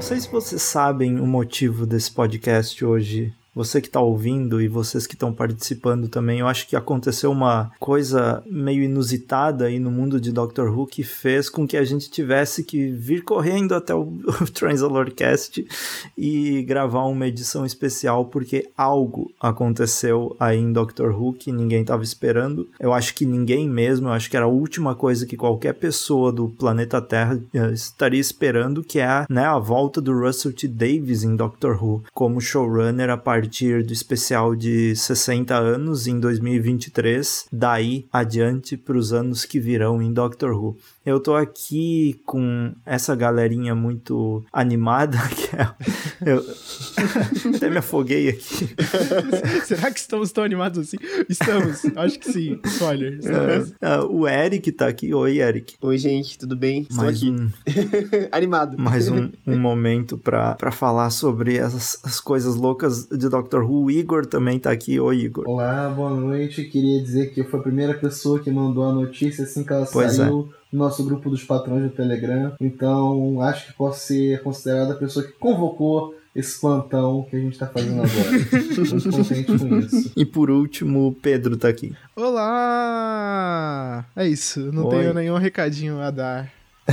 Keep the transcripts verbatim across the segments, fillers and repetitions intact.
sei se vocês sabem o motivo desse podcast hoje. Você que está ouvindo e vocês que estão participando também, eu acho que aconteceu uma coisa meio inusitada aí no mundo de Doctor Who que fez com que a gente tivesse que vir correndo até o, o Transalorcast e gravar uma edição especial, porque algo aconteceu aí em Doctor Who que ninguém estava esperando. Eu acho que ninguém mesmo, eu acho que era a última coisa que qualquer pessoa do planeta Terra estaria esperando, que é a, né, a volta do Russell T Davies em Doctor Who como showrunner a partir partir do especial de sessenta anos em dois mil e vinte e três, daí adiante para os anos que virão em Doctor Who. Eu tô aqui com essa galerinha muito animada, que é... Eu até me afoguei aqui. Será que estamos tão animados assim? Estamos, acho que sim. Spoiler. Uh, uh, o Eric tá aqui. Oi, Eric. Oi, gente, tudo bem? Estou mais aqui. Um... Animado. Mais um, um momento pra, pra falar sobre essas as coisas loucas de Doctor Who. O Igor também tá aqui. Oi, Igor. Olá, boa noite. Queria dizer que eu fui a primeira pessoa que mandou a notícia assim que ela pois saiu. É. No nosso grupo dos patrões do Telegram, então acho que posso ser considerada a pessoa que convocou esse plantão que a gente tá fazendo agora. Muito contente com isso. E por último, o Pedro tá aqui. Olá! É isso, não Oi. tenho nenhum recadinho a dar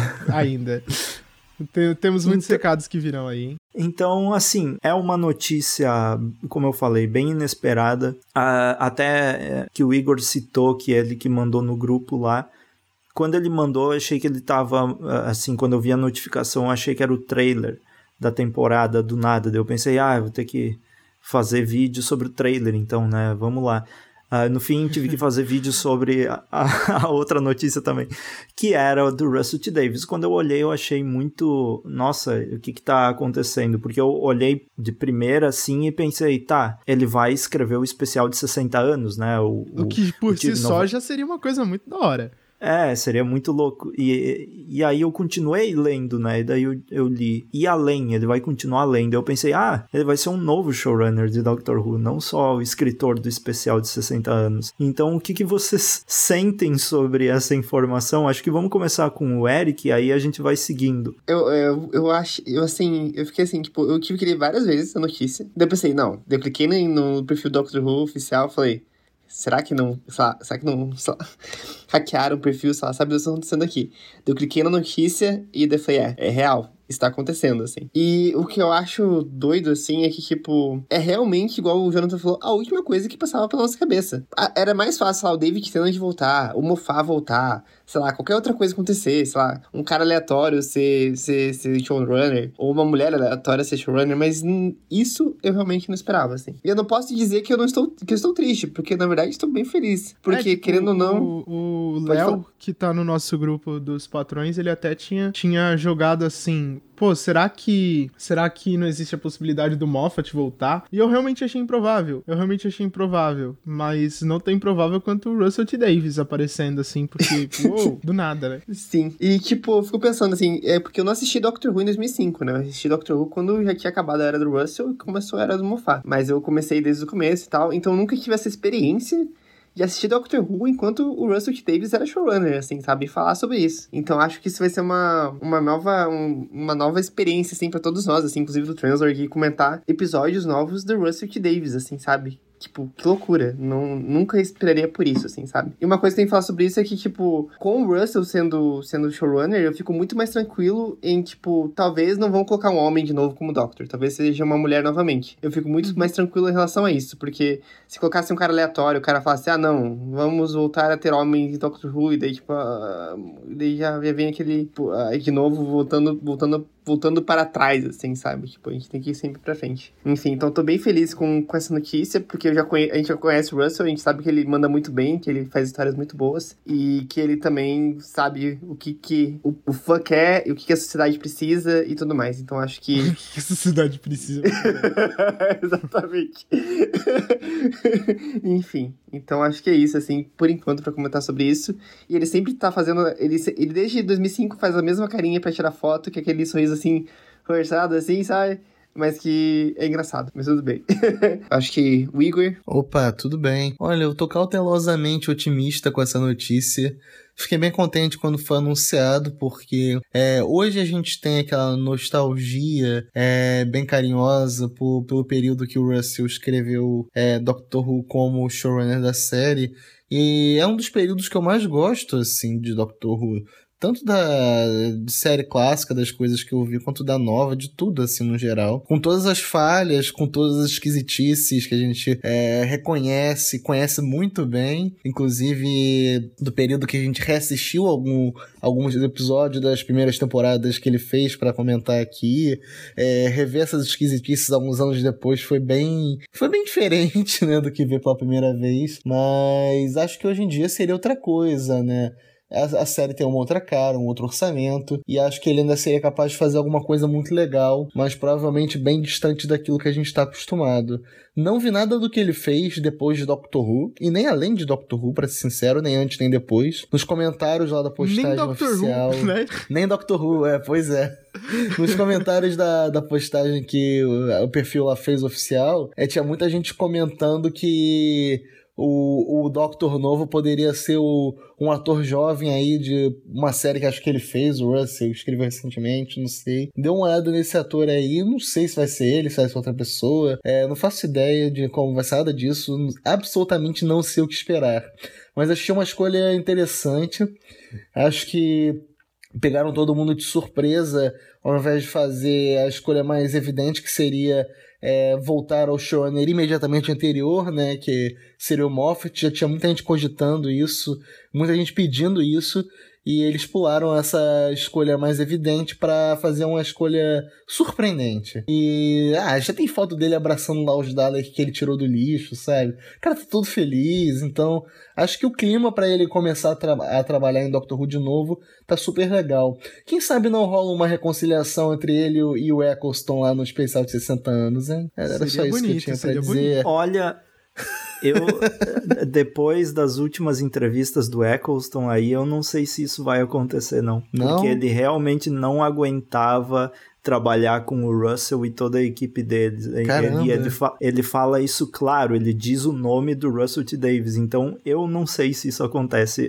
ainda. Tem, temos muitos então, recados que virão aí, hein? Então, assim, é uma notícia, como eu falei, bem inesperada. Uh, até é, que o Igor citou, que ele que mandou no grupo lá. Quando ele mandou, eu achei que ele tava, assim, quando eu vi a notificação, eu achei que era o trailer da temporada do nada. Daí eu pensei, ah, eu vou ter que fazer vídeo sobre o trailer, então, né, vamos lá. Uh, no fim, tive que fazer vídeo sobre a, a, a outra notícia também, que era do Russell T Davies. Quando eu olhei, eu achei muito, nossa, o que que tá acontecendo? Porque eu olhei de primeira, assim, e pensei, tá, ele vai escrever o especial de sessenta anos, né? O, o que, por o si só, não... já seria uma coisa muito da hora. É, seria muito louco. E, e aí eu continuei lendo, né? E daí eu, eu li. E além, ele vai continuar lendo. Eu pensei, ah, ele vai ser um novo showrunner de Doctor Who, não só o escritor do especial de sessenta anos. Então, o que, que vocês sentem sobre essa informação? Acho que vamos começar com o Eric, e aí a gente vai seguindo. Eu, eu, eu acho, eu assim, eu fiquei assim, tipo, eu tive que ler várias vezes a notícia. Daí eu pensei, não, daí eu cliquei no, no perfil do Doctor Who oficial, falei, será que não, sei lá, será que não, sei lá, hackearam o perfil, sei lá, sabe o que está acontecendo aqui? Daí eu cliquei na notícia e daí falei, é, é real, está acontecendo, assim. E o que eu acho doido, assim, é que, tipo, é realmente, igual o Jonathan falou, a última coisa que passava pela nossa cabeça. A, era mais fácil, sei lá, o David Tennant voltar, o Moffat voltar, sei lá, qualquer outra coisa acontecer, sei lá, um cara aleatório ser, ser, ser showrunner, ou uma mulher aleatória ser showrunner, mas hum, isso eu realmente não esperava, assim. E eu não posso dizer que eu não estou, que eu estou triste, porque, na verdade, estou bem feliz. Porque, é, tipo, querendo ou não... O, o Léo, que tá no nosso grupo dos patrões, ele até tinha, tinha jogado, assim... Pô, será que será que não existe a possibilidade do Moffat voltar? E eu realmente achei improvável. Eu realmente achei improvável. Mas não tão improvável quanto o Russell T Davies aparecendo, assim, porque, uou, do nada, né? Sim. E, tipo, eu fico pensando, assim, é porque eu não assisti Doctor Who em dois mil e cinco, né? Eu assisti Doctor Who quando já tinha acabado a era do Russell e começou a era do Moffat. Mas eu comecei desde o começo e tal, então eu nunca tive essa experiência de assistir Doctor Who enquanto o Russell T Davies era showrunner, assim, sabe? E falar sobre isso. Então, acho que isso vai ser uma, uma, nova, um, uma nova experiência, assim, pra todos nós, assim, inclusive do Translord, e comentar episódios novos do Russell T Davies, assim, sabe? Tipo, que loucura. Não, nunca esperaria por isso, assim, sabe? E uma coisa que tem que falar sobre isso é que, tipo, com o Russell sendo, sendo showrunner, eu fico muito mais tranquilo em, tipo, talvez não vão colocar um homem de novo como Doctor. Talvez seja uma mulher novamente. Eu fico muito mais tranquilo em relação a isso, porque se colocasse um cara aleatório, o cara falasse, ah, não, vamos voltar a ter homem de Doctor Who, e daí, tipo, uh, daí já vem aquele, uh, de novo, voltando, voltando voltando para trás, assim, sabe? Tipo, a gente tem que ir sempre pra frente. Enfim, então eu tô bem feliz com, com essa notícia, porque eu já conhe... a gente já conhece o Russell, a gente sabe que ele manda muito bem, que ele faz histórias muito boas, e que ele também sabe o que, que o, o fã quer, e o que, que a sociedade precisa, e tudo mais. Então acho que... O que a sociedade precisa? Exatamente. Enfim, então acho que é isso, assim, por enquanto, pra comentar sobre isso. E ele sempre tá fazendo... Ele, ele desde dois mil e cinco faz a mesma carinha pra tirar foto, que é aquele sorriso assim, forçado, assim, sabe? mas que é engraçado, mas tudo bem. Acho que o Igor... Opa, tudo bem. Olha, eu tô cautelosamente otimista com essa notícia. Fiquei bem contente quando foi anunciado, porque é, hoje a gente tem aquela nostalgia é, bem carinhosa por, pelo período que o Russell escreveu é, Doctor Who como showrunner da série, e é um dos períodos que eu mais gosto, assim, de Doctor Who. Tanto da de série clássica, das coisas que eu vi, quanto da nova, de tudo, assim, no geral. Com todas as falhas, com todas as esquisitices que a gente é, reconhece, conhece muito bem. Inclusive, do período que a gente reassistiu algum, alguns episódios das primeiras temporadas que ele fez pra comentar aqui. É, rever essas esquisitices alguns anos depois foi bem, foi bem diferente, né, do que ver pela primeira vez. Mas acho que hoje em dia seria outra coisa, né? A série tem uma outra cara, um outro orçamento, e acho que ele ainda seria capaz de fazer alguma coisa muito legal, mas provavelmente bem distante daquilo que a gente está acostumado. Não vi nada do que ele fez depois de Doctor Who, e nem além de Doctor Who, pra ser sincero, nem antes nem depois. Nos comentários lá da postagem nem Doctor oficial... Who, né? Nem Doctor Who, é, pois é. Nos comentários da, da postagem que o, o perfil lá fez oficial, é, tinha muita gente comentando que... O, o Doctor novo poderia ser o, um ator jovem aí de uma série que acho que ele fez, o Russell escreveu recentemente, não sei. Deu uma olhada nesse ator aí, não sei se vai ser ele, se vai ser outra pessoa. É, não faço ideia de como vai ser nada disso, absolutamente não sei o que esperar. Mas achei uma escolha interessante. Acho que pegaram todo mundo de surpresa, ao invés de fazer a escolha mais evidente, que seria... É, voltar ao showrunner imediatamente anterior, né, que seria o Moffat. Já tinha muita gente cogitando isso, muita gente pedindo isso, e eles pularam essa escolha mais evidente para fazer uma escolha surpreendente. E, ah, já tem foto dele abraçando lá os Daleks que ele tirou do lixo, sabe? O cara tá todo feliz, então acho que o clima para ele começar a, tra- a trabalhar em Doctor Who de novo tá super legal. Quem sabe não rola uma reconciliação entre ele e o Eccleston lá no especial de sessenta anos, hein? Era Seria só isso bonito, que eu tinha pra seria dizer. bonito. Olha, eu, depois das últimas entrevistas do Eccleston aí, eu não sei se isso vai acontecer, não. Não? Porque ele realmente não aguentava trabalhar com o Russell e toda a equipe deles. Caramba. Ele, ele, fa- ele fala isso claro, ele diz o nome do Russell T. Davies, então eu não sei se isso acontece.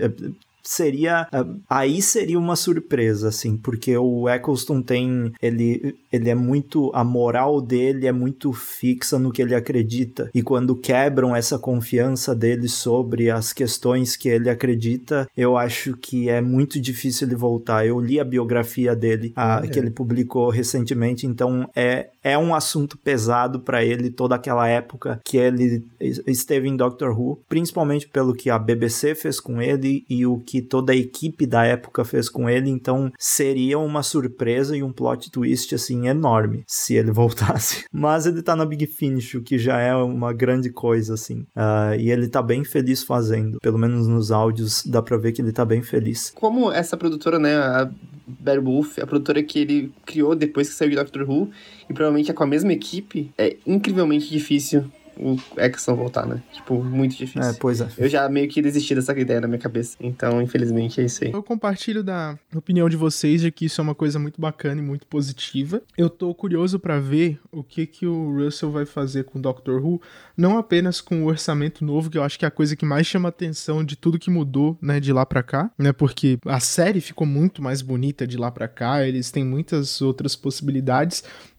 Seria, aí seria uma surpresa, assim, porque o Eccleston tem, ele, ele é muito, a moral dele é muito fixa no que ele acredita, e quando quebram essa confiança dele sobre as questões que ele acredita, eu acho que é muito difícil ele voltar. Eu li a biografia dele, a, é. que ele publicou recentemente, então é, é um assunto pesado para ele, toda aquela época que ele esteve em Doctor Who, principalmente pelo que a B B C fez com ele e o que que toda a equipe da época fez com ele, então seria uma surpresa e um plot twist, assim, enorme se ele voltasse. Mas ele tá na Big Finish, o que já é uma grande coisa, assim. Uh, e ele tá bem feliz fazendo. Pelo menos nos áudios dá pra ver que ele tá bem feliz. Como essa produtora, né, a Beowulf, a produtora que ele criou depois que saiu de Doctor Who, e provavelmente é com a mesma equipe, é incrivelmente difícil o Eccleston voltar, né? Tipo, muito difícil. É, pois é. Eu já meio que desisti dessa ideia na minha cabeça. Então, infelizmente, é isso aí. Eu compartilho da opinião de vocês de que isso é uma coisa muito bacana e muito positiva. Eu tô curioso pra ver o que que o Russell vai fazer com o Doctor Who, não apenas com o orçamento novo, que eu acho que é a coisa que mais chama atenção de tudo que mudou, né, de lá pra cá, né? Porque a série ficou muito mais bonita de lá pra cá, eles têm muitas outras possibilidades.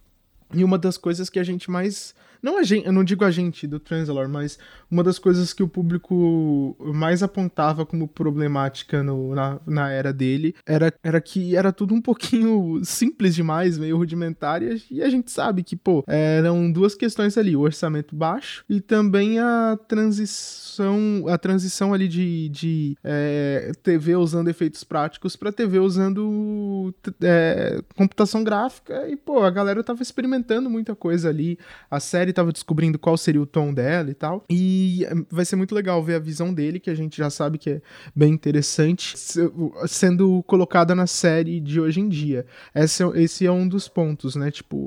E uma das coisas que a gente mais... Não a gente, eu não digo a gente do Translator, mas uma das coisas que o público mais apontava como problemática no, na, na era dele era, era que era tudo um pouquinho simples demais, meio rudimentar, e a gente sabe que, pô, eram duas questões ali, o orçamento baixo e também a transição, a transição ali de, de é, T V usando efeitos práticos pra T V usando é, computação gráfica, e, pô, a galera tava experimentando muita coisa ali, a série tava descobrindo qual seria o tom dela e tal, e vai ser muito legal ver a visão dele, que a gente já sabe que é bem interessante, sendo colocada na série de hoje em dia. Esse é, esse é um dos pontos, né, tipo,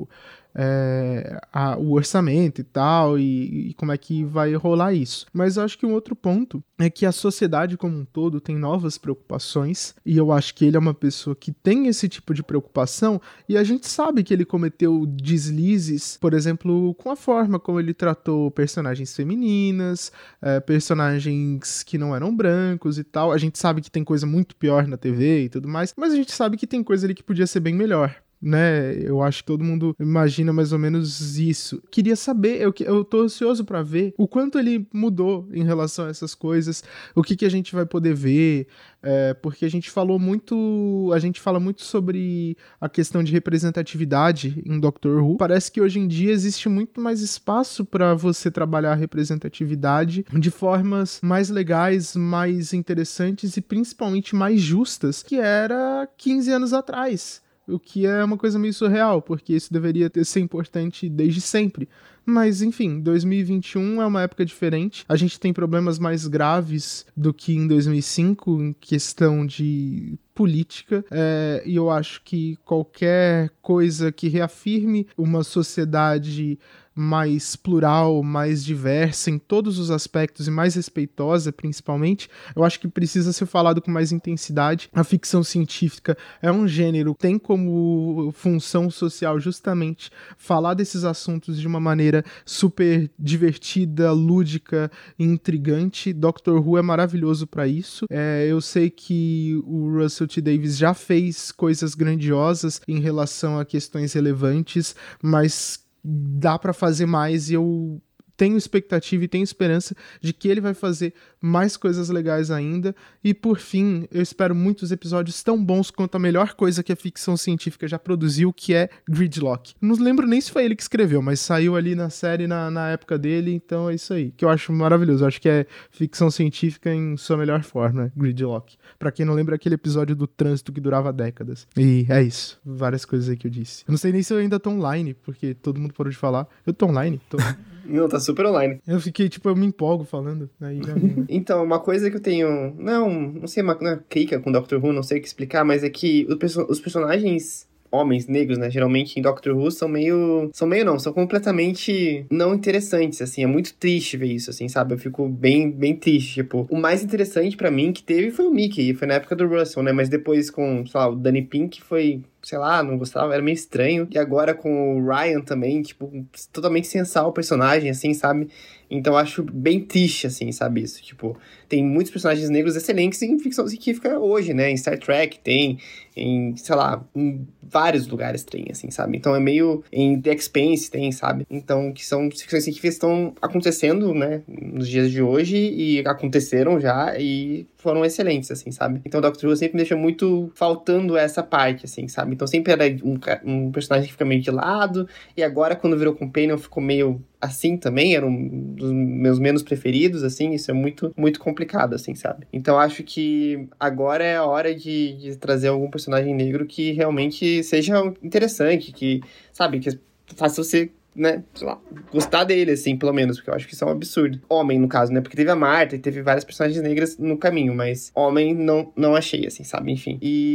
é, a, o orçamento e tal, e, e como é que vai rolar isso. Mas eu acho que um outro ponto é que a sociedade como um todo tem novas preocupações, e eu acho que ele é uma pessoa que tem esse tipo de preocupação, e a gente sabe que ele cometeu deslizes, por exemplo, com a forma como ele tratou personagens femininas, é, personagens que não eram brancos e tal. A gente sabe que tem coisa muito pior na T V e tudo mais, mas a gente sabe que tem coisa ali que podia ser bem melhor, né? Eu acho que todo mundo imagina mais ou menos isso. Queria saber, eu, eu tô ansioso pra ver o quanto ele mudou em relação a essas coisas, o que que a gente vai poder ver, é, porque a gente falou muito, a gente fala muito sobre a questão de representatividade em Doctor Who. Parece que hoje em dia existe muito mais espaço pra você trabalhar a representatividade de formas mais legais, mais interessantes e principalmente mais justas, que era quinze anos atrás. O que é uma coisa meio surreal, porque isso deveria ter, ser importante desde sempre. Mas, enfim, dois mil e vinte e um é uma época diferente. A gente tem problemas mais graves do que em dois mil e cinco, em questão de política. É, e eu acho que qualquer coisa que reafirme uma sociedade mais plural, mais diversa em todos os aspectos e mais respeitosa, principalmente, eu acho que precisa ser falado com mais intensidade. A ficção científica é um gênero que tem como função social justamente falar desses assuntos de uma maneira super divertida, lúdica e intrigante. Doctor Who é maravilhoso para isso. É, eu sei que o Russell T. Davies já fez coisas grandiosas em relação a questões relevantes, mas dá pra fazer mais, e eu tenho expectativa e tenho esperança de que ele vai fazer mais coisas legais ainda. E por fim, eu espero muitos episódios tão bons quanto a melhor coisa que a ficção científica já produziu, que é Gridlock. Não lembro nem se foi ele que escreveu, mas saiu ali na série na, na época dele, então é isso aí, que eu acho maravilhoso. Eu acho que é ficção científica em sua melhor forma, Gridlock. Pra quem não lembra, aquele episódio do trânsito que durava décadas. E é isso, várias coisas aí que eu disse. Eu não sei nem se eu ainda tô online, porque todo mundo parou de falar. Eu tô online? Tô... Não, tá super online. Eu fiquei, tipo, eu me empolgo falando. Aí já vi, né? Então, uma coisa que eu tenho... Não, não sei, uma, uma crica com Doctor Who, não sei o que explicar, mas é que os, perso- os personagens... homens negros, né, geralmente em Doctor Who são meio... São meio não, são completamente não interessantes, assim, é muito triste ver isso, assim, sabe? Eu fico bem, bem triste, tipo... O mais interessante pra mim que teve foi o Mickey, foi na época do Russell, né, mas depois com, sei lá, o Danny Pink foi... sei lá, não gostava, era meio estranho. E agora com o Ryan também, tipo, totalmente sensal o personagem, assim, sabe? Então eu acho bem triste, assim, sabe, isso. Tipo, tem muitos personagens negros excelentes em ficção científica hoje, né? Em Star Trek tem, em, sei lá, em vários lugares tem, assim, sabe? Então é meio... Em The Expanse tem, sabe? Então, que são ficções científicas que estão acontecendo, né? Nos dias de hoje e aconteceram já e foram excelentes, assim, sabe? Então o Doctor Who sempre me deixa muito faltando essa parte, assim, sabe? Então sempre era um, um personagem que fica meio de lado, e agora quando virou Companion ficou meio assim também, era um dos meus menos preferidos, assim, isso é muito, muito complicado, assim, sabe? Então acho que agora é a hora de, de trazer algum personagem negro que realmente seja interessante, que, sabe, que faça você... né, sei lá, gostar dele, assim, pelo menos, porque eu acho que isso é um absurdo. Homem, no caso, né, porque teve a Marta e teve várias personagens negras no caminho, mas homem não, não achei, assim, sabe, enfim.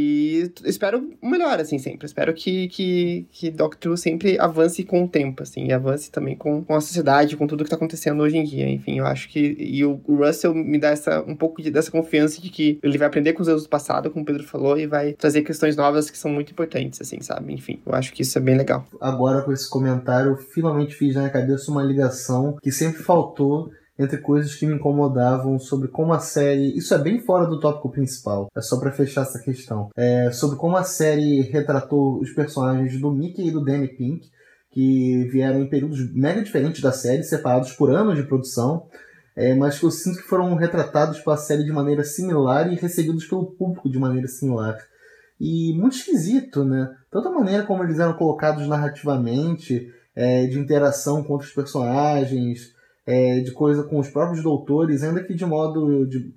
E espero o melhor, assim, sempre. Espero que, que, que Doctor Who sempre avance com o tempo, assim, e avance também com, com a sociedade, com tudo que tá acontecendo hoje em dia, enfim, eu acho que... E o Russell me dá essa, um pouco de, dessa confiança de que ele vai aprender com os erros do passado, como o Pedro falou, e vai trazer questões novas que são muito importantes, assim, sabe, enfim. Eu acho que isso é bem legal. Agora, com esse comentário, finalmente fiz na minha cabeça uma ligação que sempre faltou entre coisas que me incomodavam sobre como a série... Isso é bem fora do tópico principal, é só pra fechar essa questão. É sobre como a série retratou os personagens do Mickey e do Danny Pink, que vieram em períodos mega diferentes da série, separados por anos de produção, é, mas que eu sinto que foram retratados pela série de maneira similar e recebidos pelo público de maneira similar. E muito esquisito, né? Tanto a maneira como eles eram colocados narrativamente... É, de interação com outros personagens, é, de coisa com os próprios doutores, ainda que de modo de,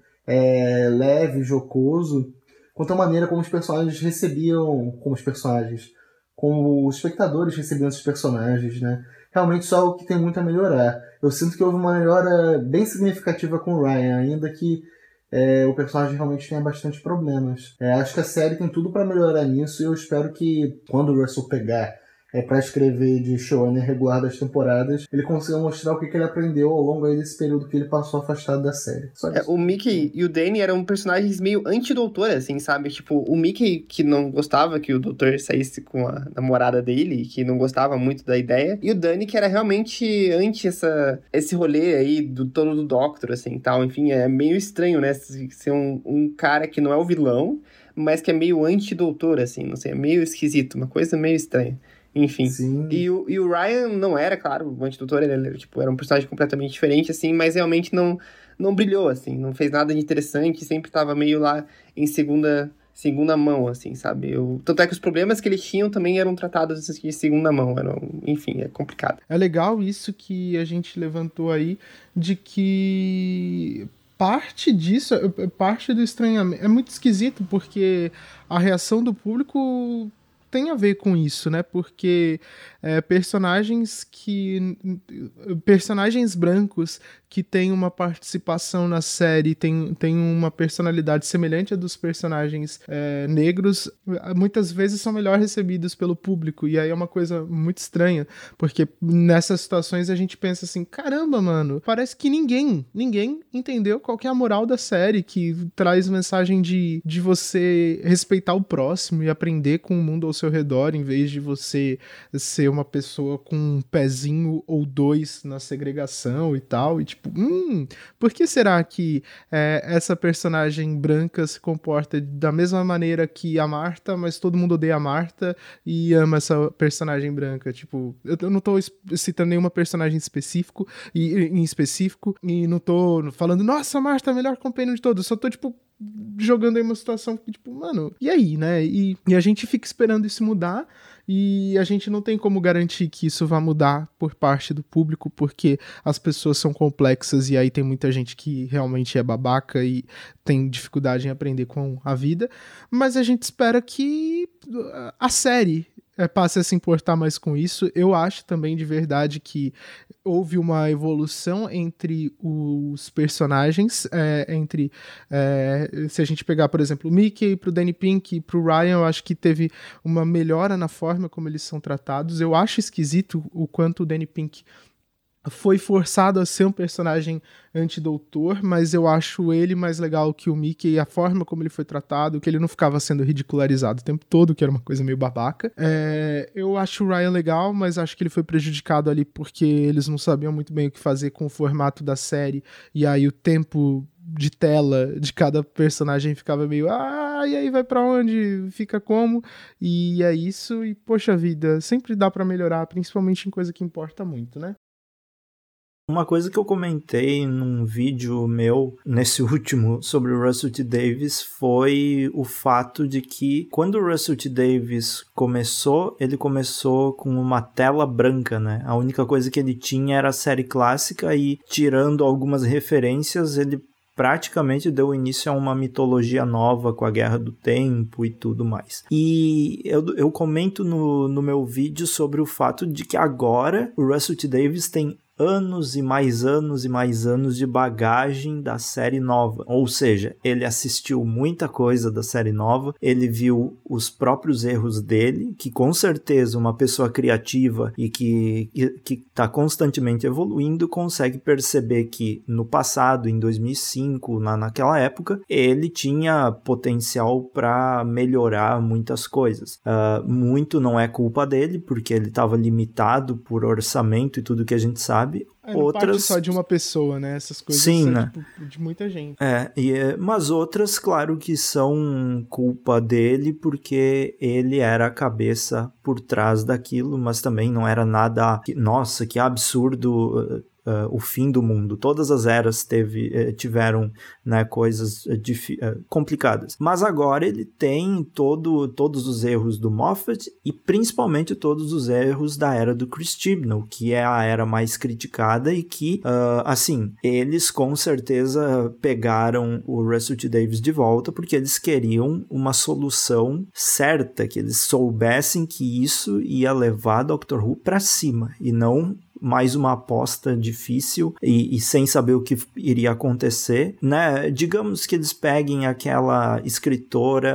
é, leve, jocoso, quanto a maneira como os personagens recebiam, como os personagens, como os espectadores recebiam esses personagens, né? Realmente isso é algo que tem muito a melhorar. Eu sinto que houve uma melhora bem significativa com o Ryan, ainda que é, o personagem realmente tenha bastante problemas. É, acho que a série tem tudo para melhorar nisso e eu espero que quando o Russell pegar é, para escrever de showrunner regular das temporadas, ele conseguiu mostrar o que, que ele aprendeu ao longo aí desse período que ele passou afastado da série. Só é, isso. o Mickey e o Danny eram personagens meio anti-doutor, assim, sabe? Tipo, o Mickey que não gostava que o doutor saísse com a namorada dele, que não gostava muito da ideia, e o Danny que era realmente anti essa, esse rolê aí do dono do Doctor, assim, tal. Enfim, é meio estranho, né? Ser um, um cara que não é o vilão, mas que é meio anti-doutor, assim, não sei, é meio esquisito, uma coisa meio estranha. Enfim. E o, e o Ryan não era, claro, o antidoutor, ele era, tipo, era um personagem completamente diferente, assim, mas realmente não, não brilhou, assim, não fez nada de interessante, sempre tava meio lá em segunda, segunda mão, assim, sabe? Eu, tanto é que os problemas que eles tinham também eram tratados de segunda mão, eram, enfim, é complicado. É legal isso que a gente levantou aí, de que parte disso, parte do estranhamento, é muito esquisito, porque a reação do público tem a ver com isso, né? Porque é, personagens que... personagens brancos que têm uma participação na série, tem, tem uma personalidade semelhante à dos personagens é, negros, muitas vezes são melhor recebidos pelo público, e aí é uma coisa muito estranha, porque nessas situações a gente pensa assim, caramba, mano, parece que ninguém, ninguém entendeu qual que é a moral da série, que traz mensagem de, de você respeitar o próximo e aprender com o mundo ao seu redor, em vez de você ser uma pessoa com um pezinho ou dois na segregação e tal, e tipo, hum, por que será que é, essa personagem branca se comporta da mesma maneira que a Marta, mas todo mundo odeia a Marta e ama essa personagem branca? Tipo, eu não tô citando nenhuma personagem específico, e, em específico, e não tô falando, nossa, a Marta é a melhor companion de todos, só tô, tipo, jogando aí uma situação que, tipo, mano, e aí, né? E, e a gente fica esperando isso mudar, e a gente não tem como garantir que isso vai mudar por parte do público, porque as pessoas são complexas e aí tem muita gente que realmente é babaca e tem dificuldade em aprender com a vida, mas a gente espera que a série é, passe a se importar mais com isso. Eu acho também de verdade que houve uma evolução entre os personagens, é, entre, é, se a gente pegar, por exemplo, o Mickey pro Danny Pink e pro Ryan, eu acho que teve uma melhora na forma como eles são tratados. Eu acho esquisito o quanto o Danny Pink foi forçado a ser um personagem antidoutor, mas eu acho ele mais legal que o Mickey e a forma como ele foi tratado, que ele não ficava sendo ridicularizado o tempo todo, que era uma coisa meio babaca. É, eu acho o Ryan legal, mas acho que ele foi prejudicado ali porque eles não sabiam muito bem o que fazer com o formato da série, e aí o tempo de tela de cada personagem ficava meio, ah, e aí vai pra onde? Fica como? E é isso, e poxa vida, sempre dá pra melhorar, principalmente em coisa que importa muito, né? Uma coisa que eu comentei num vídeo meu, nesse último, sobre o Russell T. Davies, foi o fato de que quando o Russell T. Davies começou, ele começou com uma tela branca, né? A única coisa que ele tinha era a série clássica e, tirando algumas referências, ele praticamente deu início a uma mitologia nova com a Guerra do Tempo e tudo mais. E eu, eu comento no, no meu vídeo sobre o fato de que agora o Russell T. Davies tem anos e mais anos e mais anos de bagagem da série nova. Ou seja, ele assistiu muita coisa da série nova, ele viu os próprios erros dele, que com certeza uma pessoa criativa e que que está constantemente evoluindo consegue perceber que no passado, em dois mil e cinco, na, naquela época, ele tinha potencial para melhorar muitas coisas. Uh, muito não é culpa dele, porque ele estava limitado por orçamento e tudo que a gente sabe. É, não outras parte só de uma pessoa, né? Essas coisas Sim, são, né? tipo, de muita gente. É, e, mas outras, claro que são culpa dele, porque ele era a cabeça por trás daquilo, mas também não era nada, nossa, que absurdo, Uh, o fim do mundo. Todas as eras teve, uh, tiveram, né, coisas uh, uh, complicadas. Mas agora ele tem todo, todos os erros do Moffat e principalmente todos os erros da era do Chris Chibnall, que é a era mais criticada e que, uh, assim, eles com certeza pegaram o Russell T. Davies de volta porque eles queriam uma solução certa, que eles soubessem que isso ia levar Doctor Who para cima e não mais uma aposta difícil e, e sem saber o que iria acontecer, né? Digamos que eles peguem aquela escritora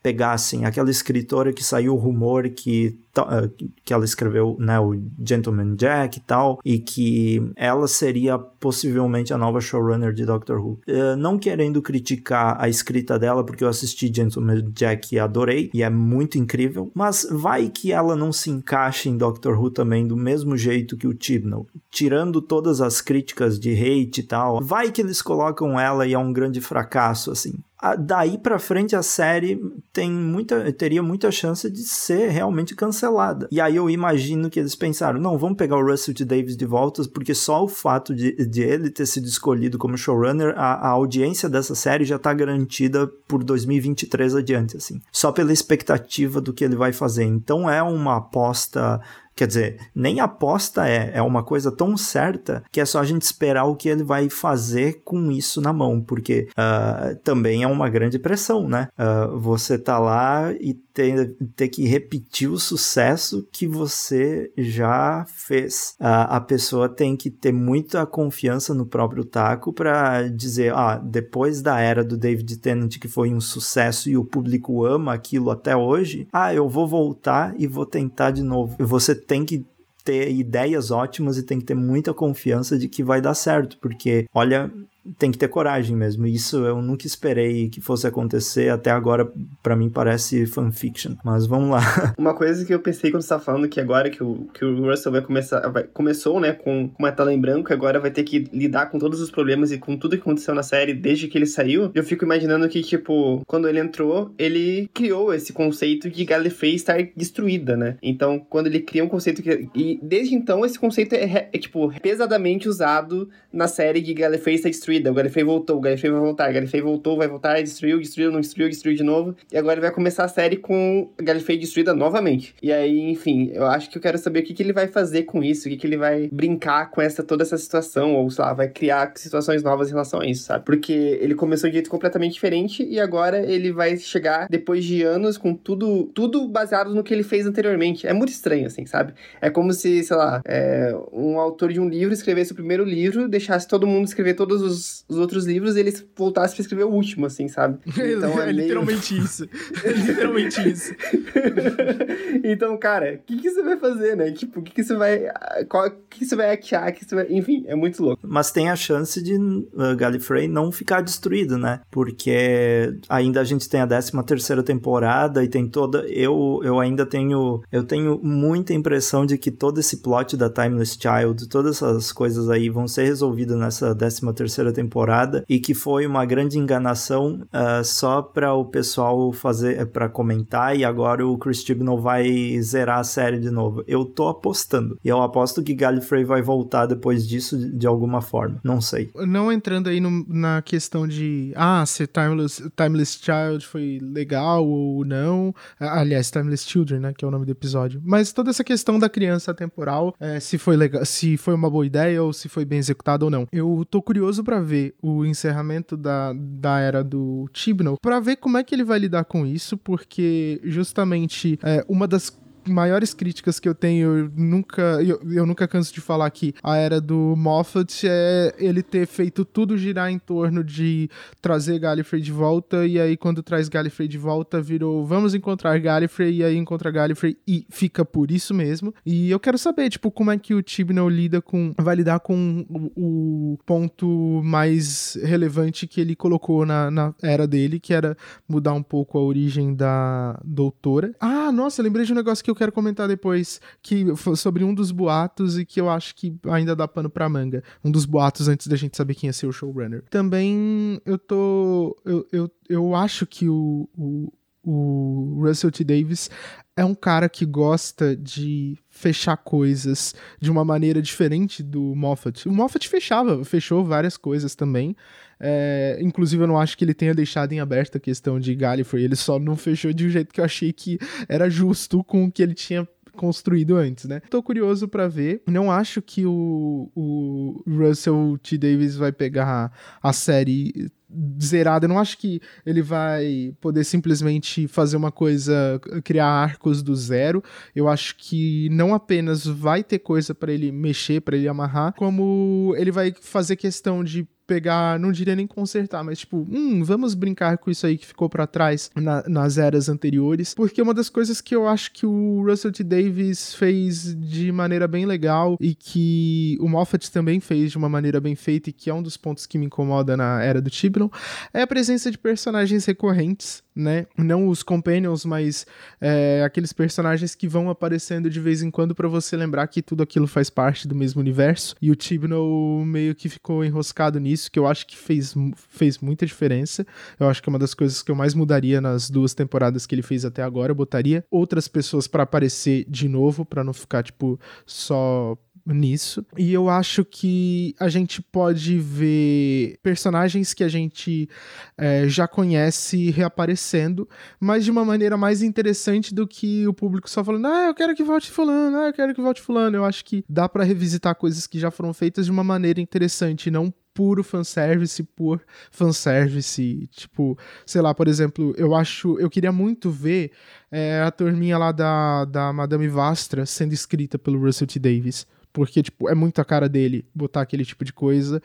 pegassem aquela escritora que saiu o rumor que, que ela escreveu, né, o Gentleman Jack e tal, e que ela seria possivelmente a nova showrunner de Doctor Who. Uh, não querendo criticar a escrita dela, porque eu assisti Gentleman Jack e adorei, e é muito incrível, mas vai que ela não se encaixa em Doctor Who também do mesmo jeito que o Chibnall. Tirando todas as críticas de hate e tal, vai que eles colocam ela e é um grande fracasso, assim. Daí pra frente a série tem muita, teria muita chance de ser realmente cancelada. E aí eu imagino que eles pensaram, não, vamos pegar o Russell T Davies de volta, porque só o fato de, de ele ter sido escolhido como showrunner, a, a audiência dessa série já tá garantida por dois mil e vinte e três adiante, assim. Só pela expectativa do que ele vai fazer. Então é uma aposta... Quer dizer, nem aposta é, é uma coisa tão certa que é só a gente esperar o que ele vai fazer com isso na mão, porque uh, também é uma grande pressão, né? Uh, você tá lá e ter, ter que repetir o sucesso que você já fez. Uh, a pessoa tem que ter muita confiança no próprio taco para dizer, ah, depois da era do David Tennant, que foi um sucesso e o público ama aquilo até hoje, ah, eu vou voltar e vou tentar de novo. Você tem que ter ideias ótimas e tem que ter muita confiança de que vai dar certo, porque, olha, tem que ter coragem mesmo. Isso eu nunca esperei que fosse acontecer. Até agora, pra mim, parece fanfiction. Mas vamos lá. Uma coisa que eu pensei quando você tá falando que agora que o, que o Russell vai começar... Vai, começou, né, com, com uma tela em branco, agora vai ter que lidar com todos os problemas e com tudo que aconteceu na série desde que ele saiu. Eu fico imaginando que, tipo, quando ele entrou, ele criou esse conceito de Gallifrey estar destruída, né? Então, quando ele cria um conceito que... E desde então, esse conceito é, é, é tipo, pesadamente usado na série de Gallifrey estar destruída. O Gallifrey voltou, o Gallifrey vai voltar, o Gallifrey voltou, vai voltar, destruiu, destruiu, não destruiu, destruiu de novo. E agora ele vai começar a série com o Gallifrey destruída novamente. E aí, enfim, eu acho que eu quero saber o que, que ele vai fazer com isso, o que, que ele vai brincar com essa, toda essa situação, ou sei lá, vai criar situações novas em relação a isso, sabe? Porque ele começou de um jeito completamente diferente e agora ele vai chegar, depois de anos, com tudo, tudo baseado no que ele fez anteriormente. É muito estranho, assim, sabe? É como se, sei lá, é, um autor de um livro escrevesse o primeiro livro, deixasse todo mundo escrever todos os os outros livros e eles voltassem pra escrever o último, assim, sabe? Então é, é meio... literalmente isso. É literalmente isso. Então, cara, o que, que você vai fazer, né? Tipo, o que, que você vai... Qual, o que você vai achar? Que você vai... Enfim, é muito louco. Mas tem a chance de uh, Gallifrey não ficar destruído, né? Porque ainda a gente tem a décima terceira temporada e tem toda... Eu, eu ainda tenho... Eu tenho muita impressão de que todo esse plot da Timeless Child, todas essas coisas aí vão ser resolvidas nessa décima terceira temporada e que foi uma grande enganação uh, só para o pessoal fazer, para comentar, e agora o Chris Chibnall vai zerar a série de novo. Eu tô apostando. E eu aposto que Gallifrey vai voltar depois disso de, de alguma forma. Não sei. Não entrando aí no, na questão de ah, se Timeless, Timeless Child foi legal ou não. Aliás, Timeless Children, né, que é o nome do episódio. Mas toda essa questão da criança temporal, é, se foi legal, se foi uma boa ideia ou se foi bem executado ou não. Eu tô curioso pra ver o encerramento da, da era do Chibnall, pra ver como é que ele vai lidar com isso, porque justamente é, uma das maiores críticas que eu tenho, eu nunca, eu, eu nunca canso de falar que a era do Moffat é ele ter feito tudo girar em torno de trazer Gallifrey de volta, e aí quando traz Gallifrey de volta virou vamos encontrar Gallifrey, e aí encontra Gallifrey e fica por isso mesmo. E eu quero saber, tipo, como é que o Chibnall lida com, vai lidar com o, o ponto mais relevante que ele colocou na, na era dele, que era mudar um pouco a origem da doutora. Ah, nossa, lembrei de um negócio que eu quero comentar depois, que foi sobre um dos boatos e que eu acho que ainda dá pano pra manga. Um dos boatos antes da gente saber quem ia ser o showrunner. Também eu tô... Eu, eu, eu acho que o, o, o Russell T Davies é um cara que gosta de fechar coisas de uma maneira diferente do Moffat. O Moffat fechava, fechou várias coisas também. É, inclusive eu não acho que ele tenha deixado em aberto a questão de Gallifrey, ele só não fechou de um jeito que eu achei que era justo com o que ele tinha construído antes, né? Tô curioso pra ver. Não acho que o, o Russell T Davies vai pegar a série zerada. Eu não acho que ele vai poder simplesmente fazer uma coisa, criar arcos do zero. Eu acho que não apenas vai ter coisa pra ele mexer, pra ele amarrar, como ele vai fazer questão de pegar, não diria nem consertar, mas tipo, hum, vamos brincar com isso aí que ficou pra trás na, nas eras anteriores, porque uma das coisas que eu acho que o Russell T. Davies fez de maneira bem legal e que o Moffat também fez de uma maneira bem feita e que é um dos pontos que me incomoda na era do Chibnall, é a presença de personagens recorrentes, né? Não os companions, mas é, aqueles personagens que vão aparecendo de vez em quando pra você lembrar que tudo aquilo faz parte do mesmo universo, e o Chibnall meio que ficou enroscado nisso, que eu acho que fez, fez muita diferença. Eu acho que é uma das coisas que eu mais mudaria nas duas temporadas que ele fez até agora. Eu botaria outras pessoas pra aparecer de novo, pra não ficar, tipo, só nisso. E eu acho que a gente pode ver personagens que a gente é, já conhece reaparecendo, mas de uma maneira mais interessante do que o público só falando, ah, eu quero que volte fulano, ah, eu quero que volte fulano. Eu acho que dá pra revisitar coisas que já foram feitas de uma maneira interessante, não puro fanservice por fanservice. Tipo, sei lá, por exemplo, eu acho, eu queria muito ver é, a turminha lá da, da Madame Vastra sendo escrita pelo Russell T. Davies. Porque, tipo, é muito a cara dele botar aquele tipo de coisa.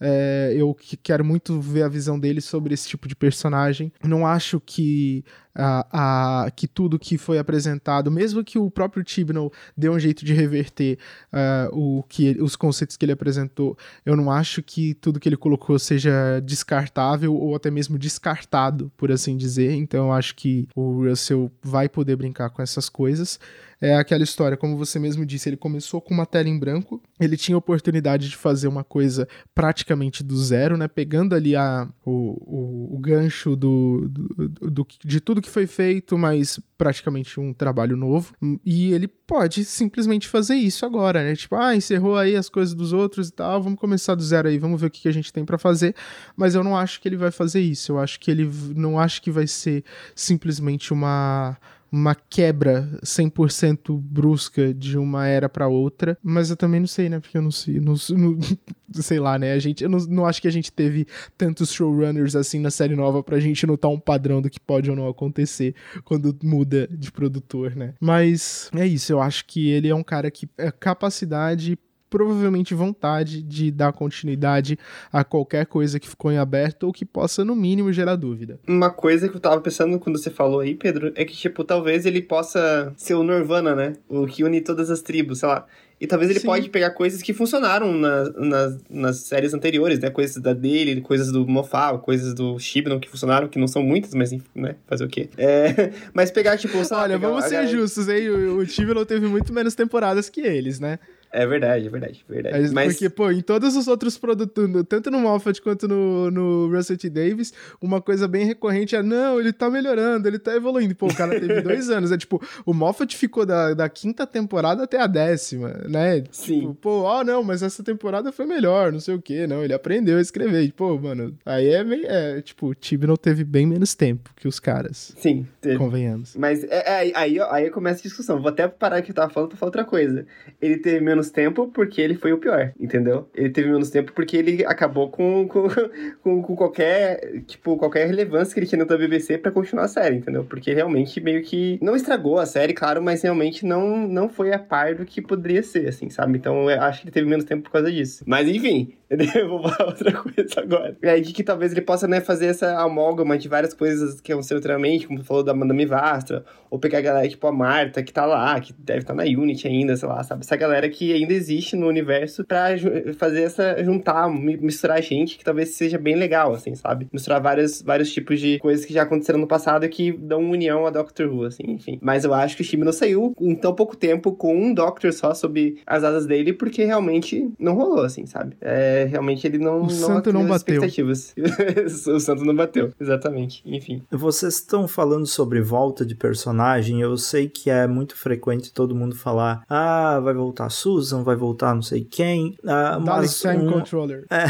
É, eu quero muito ver a visão dele sobre esse tipo de personagem. Não acho que, a, a, que tudo que foi apresentado, mesmo que o próprio Chibnall deu um jeito de reverter uh, o que, os conceitos que ele apresentou, eu não acho que tudo que ele colocou seja descartável ou até mesmo descartado, por assim dizer. Então eu acho que o Russell vai poder brincar com essas coisas. É aquela história, como você mesmo disse, ele começou com uma tela em branco, ele tinha a oportunidade de fazer uma coisa praticamente do zero, né, pegando ali a, o, o, o gancho do, do, do, de tudo que foi feito, mas praticamente um trabalho novo, e ele pode simplesmente fazer isso agora, né, tipo, ah, encerrou aí as coisas dos outros e tal, vamos começar do zero aí, vamos ver o que a gente tem pra fazer, mas eu não acho que ele vai fazer isso, eu acho que ele, não acho que vai ser simplesmente uma... uma quebra cem por cento brusca de uma era pra outra, mas eu também não sei, né, porque eu não sei, não, não, sei lá, né, a gente, eu não, não acho que a gente teve tantos showrunners assim na série nova pra gente notar um padrão do que pode ou não acontecer quando muda de produtor, né, mas é isso, eu acho que ele é um cara que é capacidade, provavelmente vontade de dar continuidade a qualquer coisa que ficou em aberto ou que possa, no mínimo, gerar dúvida. Uma coisa que eu tava pensando quando você falou aí, Pedro, é que, tipo, talvez ele possa ser o Nirvana, né? O que une todas as tribos, sei lá. E talvez ele Sim. pode pegar coisas que funcionaram na, nas, nas séries anteriores, né? Coisas da dele, coisas do Moffat, coisas do Chibnall que funcionaram, que não são muitas, mas enfim, né? Fazer o quê? É... Mas pegar, tipo... Sabe, Olha, pegar, vamos ser galera... justos, hein? O, o Chibnall teve muito menos temporadas que eles, né? É verdade, é verdade, verdade. É, mas... Porque, pô, em todos os outros produtos, tanto no Moffat quanto no, no Russell T. Davies, uma coisa bem recorrente é, não, ele tá melhorando, ele tá evoluindo. Pô, o cara teve dois anos, é tipo, o Moffat ficou da, da quinta temporada até a décima, né? Sim. Tipo, pô, ó, oh, não, mas essa temporada foi melhor, não sei o quê, não, ele aprendeu a escrever. Pô, mano, aí é meio, é, tipo, o Chibnall teve bem menos tempo que os caras. Sim. Teve. Convenhamos. Mas é, é, aí, aí começa a discussão. Vou até parar o que eu tava falando pra falar outra coisa. Ele teve menos tempo porque ele foi o pior, entendeu? Ele teve menos tempo porque ele acabou com, com, com, com qualquer, tipo, qualquer relevância que ele tinha na B B C pra continuar a série, entendeu? Porque realmente meio que não estragou a série, claro, mas realmente não, não foi a par do que poderia ser, assim, sabe? Então eu acho que ele teve menos tempo por causa disso. Mas enfim, eu vou falar outra coisa agora. E aí que, que talvez ele possa, né, fazer essa amálgama de várias coisas que aconteceram anteriormente, como tu falou da Madame Vastra, ou pegar a galera tipo a Marta, que tá lá, que deve estar na Unity ainda, sei lá, sabe? Essa galera que ainda existe no universo pra fazer essa, juntar, misturar gente, que talvez seja bem legal, assim, sabe? Misturar vários, vários tipos de coisas que já aconteceram no passado e que dão união a Doctor Who, assim, enfim. Mas eu acho que o Chibnall saiu em tão pouco tempo com um Doctor só sob as asas dele, porque realmente não rolou, assim, sabe? É, realmente ele não... O não santo não bateu. Expectativas. O santo não bateu, exatamente, enfim. Vocês estão falando sobre volta de personagem, eu sei que é muito frequente todo mundo falar, ah, vai voltar a Susan, vai voltar não sei quem, ah, mas... Time um... Controller. É...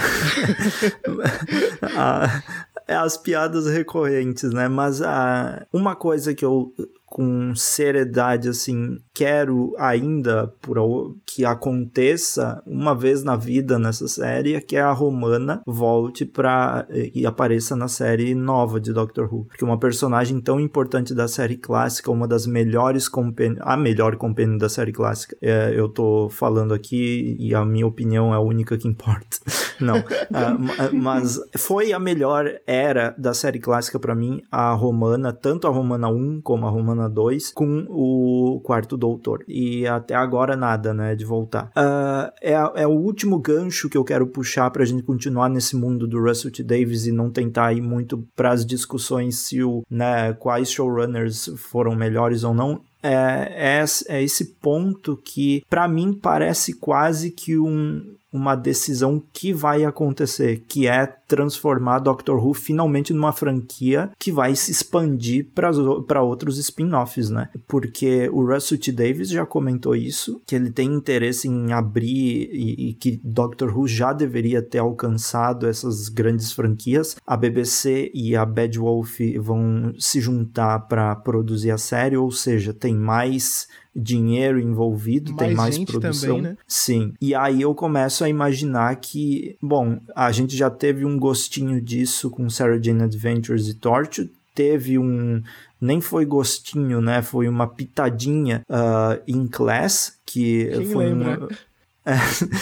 ah, é as piadas recorrentes, né? Mas ah, uma coisa que eu com seriedade, assim, quero ainda por, que aconteça uma vez na vida nessa série, que a Romana volte pra, e apareça na série nova de Doctor Who, porque uma personagem tão importante da série clássica, uma das melhores companions, a melhor companion da série clássica, é, eu tô falando aqui e a minha opinião é a única que importa, não, uh, mas foi a melhor era da série clássica pra mim, a Romana, tanto a Romana um como a Romana dois, com o Quarto Doutor, e até agora nada, né, de voltar. Uh, é, é o último gancho que eu quero puxar pra gente continuar nesse mundo do Russell T Davies e não tentar ir muito pras discussões se o, né, quais showrunners foram melhores ou não. É, é, é esse ponto que, pra mim, parece quase que um, uma decisão que vai acontecer, que é transformar Doctor Who finalmente numa franquia que vai se expandir para outros spin-offs, né? Porque o Russell T Davies já comentou isso, que ele tem interesse em abrir e, e que Doctor Who já deveria ter alcançado essas grandes franquias. A B B C e a Bad Wolf vão se juntar para produzir a série, ou seja, tem mais dinheiro envolvido, mais tem mais produção. Também, né? Sim. E aí eu começo a imaginar que, bom, a gente já teve um gostinho disso com Sarah Jane Adventures e Torchwood, teve um, nem foi gostinho, né, foi uma pitadinha uh, em Class, que Quem foi lembra? Uma... É,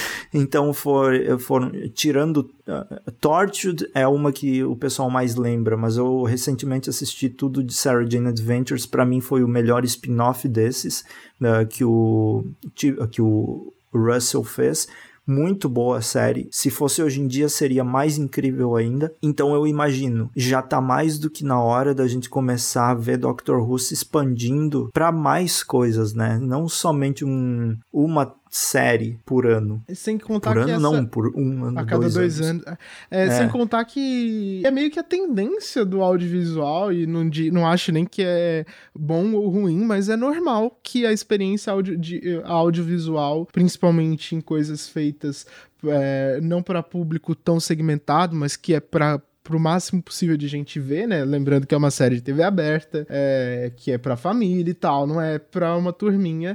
então for, foram tirando uh, Torchwood é uma que o pessoal mais lembra, mas eu recentemente assisti tudo de Sarah Jane Adventures, pra mim foi o melhor spin-off desses uh, que, o, que o Russell fez. Muito boa a série. Se fosse hoje em dia, seria mais incrível ainda. Então eu imagino, já tá mais do que na hora da gente começar a ver Doctor Who se expandindo para mais coisas, né? Não somente um, uma série por ano. Sem contar por que ano essa... não, por um ano, a cada dois, dois anos. anos. É, é. Sem contar que é meio que a tendência do audiovisual, e não, de, não acho nem que é bom ou ruim, mas é normal que a experiência audio, de, audiovisual, principalmente em coisas feitas é, não para público tão segmentado, mas que é para pro máximo possível de gente ver, né? Lembrando que é uma série de T V aberta, é, que é pra família e tal, não é pra uma turminha,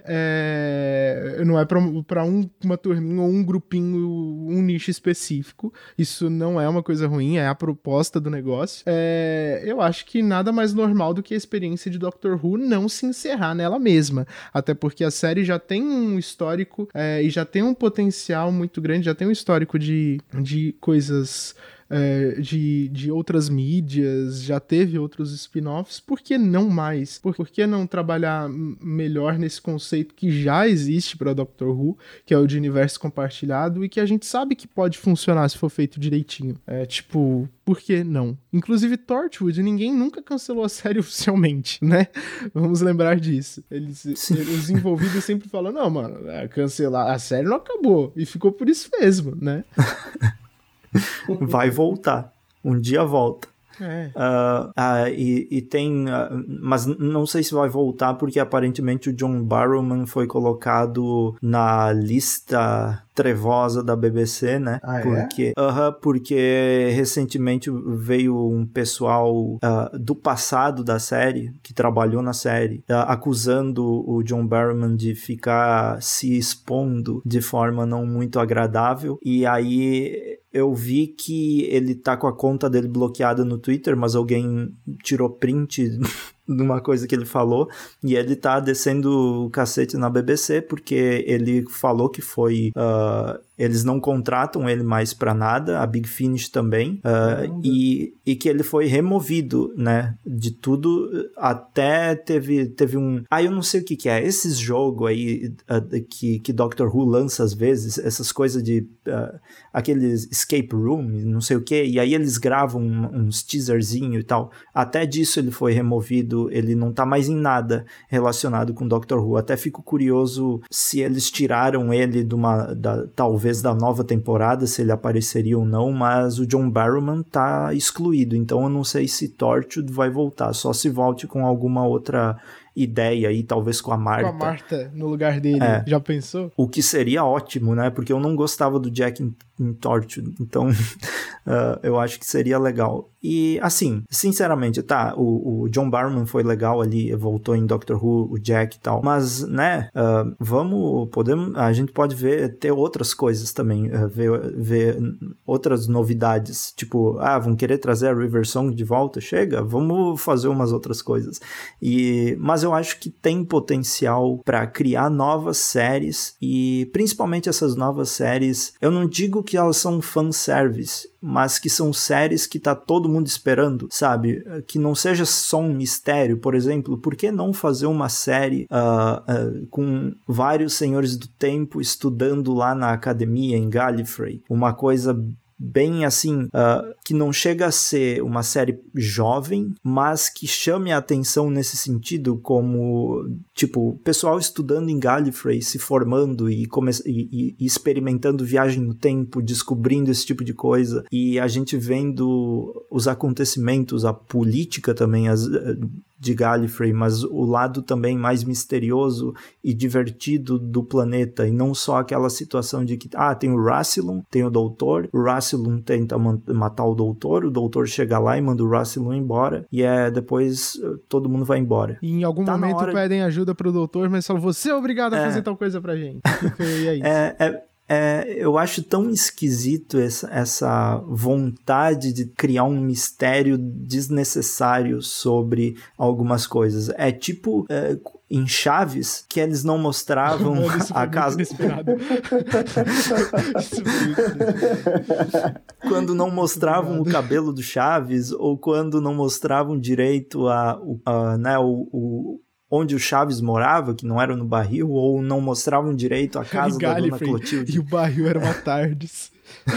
é, não é pra, pra um, uma turminha ou um grupinho, um nicho específico. Isso não é uma coisa ruim, é a proposta do negócio. É, eu acho que nada mais normal do que a experiência de Doctor Who não se encerrar nela mesma, até porque a série já tem um histórico é, e já tem um potencial muito grande, já tem um histórico de, de coisas... É, de, de outras mídias, já teve outros spin-offs, por que não mais? Por, por que não trabalhar melhor nesse conceito que já existe para Doctor Who, que é o de universo compartilhado, e que a gente sabe que pode funcionar se for feito direitinho? É tipo, por que não? Inclusive Torchwood, ninguém nunca cancelou a série oficialmente, né? Vamos lembrar disso. Eles, os envolvidos sempre falam, não, mano, cancelar, a série não acabou, e ficou por isso mesmo, né? Vai voltar. Um dia volta. É. Uh, uh, e, e tem... Uh, mas não sei se vai voltar, porque aparentemente o John Barrowman foi colocado na lista trevosa da B B C, né? Ah, porque, é? uh-huh, porque recentemente veio um pessoal uh, do passado da série, que trabalhou na série, uh, acusando o John Barrowman de ficar se expondo de forma não muito agradável, e aí eu vi que ele tá com a conta dele bloqueada no Twitter, mas alguém tirou print de uma coisa que ele falou, e ele tá descendo o cacete na B B C, porque ele falou que foi... Uh, eles não contratam ele mais pra nada, a Big Finish também, uh, e, e que ele foi removido, né, de tudo, até teve, teve um... Ah, eu não sei o que que é, esses jogos aí uh, que, que Doctor Who lança às vezes, essas coisas de... Uh, aqueles escape room, não sei o que, e aí eles gravam uns teaserzinho e tal, até disso ele foi removido, ele não tá mais em nada relacionado com Doctor Who, até fico curioso se eles tiraram ele de uma, da, talvez da nova temporada, se ele apareceria ou não, mas o John Barrowman tá excluído, então eu não sei se Torchwood vai voltar, só se volte com alguma outra ideia aí, talvez com a Marta. Com a Marta no lugar dele, é. Já pensou? O que seria ótimo, né? Porque eu não gostava do Jack em, em Torchwood, então uh, eu acho que seria legal. E, assim, sinceramente, tá, o, o John Barrowman foi legal ali, voltou em Doctor Who, o Jack e tal, mas, né, uh, vamos, podemos, a gente pode ver, ter outras coisas também, uh, ver, ver outras novidades, tipo, ah, vão querer trazer a River Song de volta? Chega, vamos fazer umas outras coisas. E, mas eu acho que tem potencial para criar novas séries, e principalmente essas novas séries, eu não digo que elas são fanservice, mas que são séries que tá todo mundo esperando, sabe? Que não seja só um mistério, por exemplo, por que não fazer uma série uh, uh, com vários senhores do tempo estudando lá na academia em Gallifrey? Uma coisa bem assim, uh, que não chega a ser uma série jovem, mas que chame a atenção nesse sentido, como, tipo, o pessoal estudando em Gallifrey, se formando e, come- e, e experimentando viagem no tempo, descobrindo esse tipo de coisa, e a gente vendo os acontecimentos, a política também, as, de Gallifrey, mas o lado também mais misterioso e divertido do planeta, e não só aquela situação de que, ah, tem o Rassilon, tem o Doutor, o Rassilon tenta man- matar o Doutor, o Doutor chega lá e manda o Rassilon embora, e é depois todo mundo vai embora. E em algum Tá na momento hora- pedem ajuda pro Doutor, mas falam, você é obrigado a É. fazer tal coisa pra gente. E é isso. É, é, é, eu acho tão esquisito essa, essa vontade de criar um mistério desnecessário sobre algumas coisas. É tipo é, em Chaves, que eles não mostravam Mano, isso foi a muito casa... inesperado. Isso foi muito inesperado. Quando não mostravam o cabelo do Chaves, ou quando não mostravam direito a, o- a, né, o, o, onde o Chaves morava, que não era no barril, ou não mostravam direito a casa da Dona Gallifrey, Clotilde. e o barril era uma Tardes.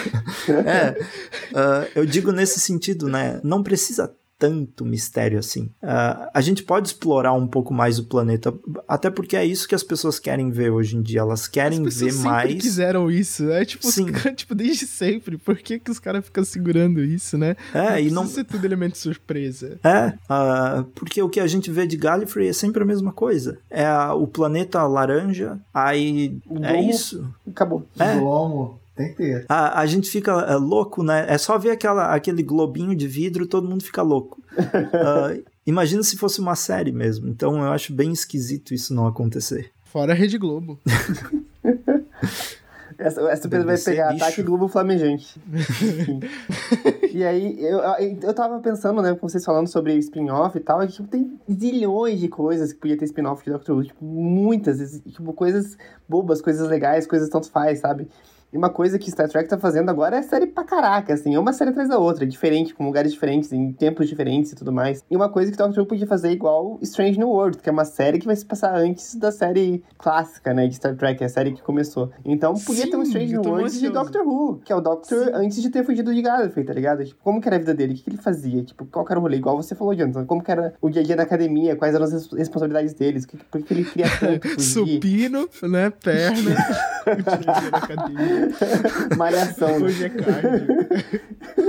É, uh, eu digo nesse sentido, né? Não precisa tanto mistério assim. Uh, a gente pode explorar um pouco mais o planeta, até porque é isso que as pessoas querem ver hoje em dia. Elas querem As ver pessoas sempre mais. quiseram isso, é tipo, os Sim. caras, tipo, desde sempre. Por que, que os caras ficam segurando isso, né? É, e não não. precisa ser tudo elemento surpresa. É, uh, porque o que a gente vê de Gallifrey é sempre a mesma coisa. É a- o planeta laranja, aí O é domo. isso. Acabou. É. Glomo, tem que ter. A, a gente fica é, louco, né? É só ver aquela, aquele globinho de vidro, todo mundo fica louco. Uh, imagina se fosse uma série mesmo. Então eu acho bem esquisito isso não acontecer. Fora a Rede Globo. Essa, essa Deve vai ser pegar bicho. ataque Globo Flamejante. Enfim. E aí, eu, eu tava pensando, né, com vocês falando sobre spin-off e tal, que tipo, tem zilhões de coisas que podia ter spin-off de Doctor Who, tipo, muitas, tipo, coisas bobas, coisas legais, coisas tanto faz, sabe? E uma coisa que Star Trek tá fazendo agora é série pra caraca, assim. É uma série atrás da outra, diferente, com lugares diferentes, em tempos diferentes e tudo mais. E uma coisa que Doctor Who podia fazer igual Strange New World, que é uma série que vai se passar antes da série clássica, né, de Star Trek, a série que começou. Então podia Sim, ter um Strange eu New tô World de ansioso. Doctor Who, que é o Doctor Sim. antes de ter fugido de Gallifrey, tá ligado? Tipo, como que era a vida dele? O que, que ele fazia? Tipo, qual que era o rolê? Igual você falou, Jonathan. Como que era o dia a dia na academia? Quais eram as res- responsabilidades deles? Que- Por que ele queria tanto fugir? Supino, né? Perna. Na academia. Malhação, né? Hoje é cardio.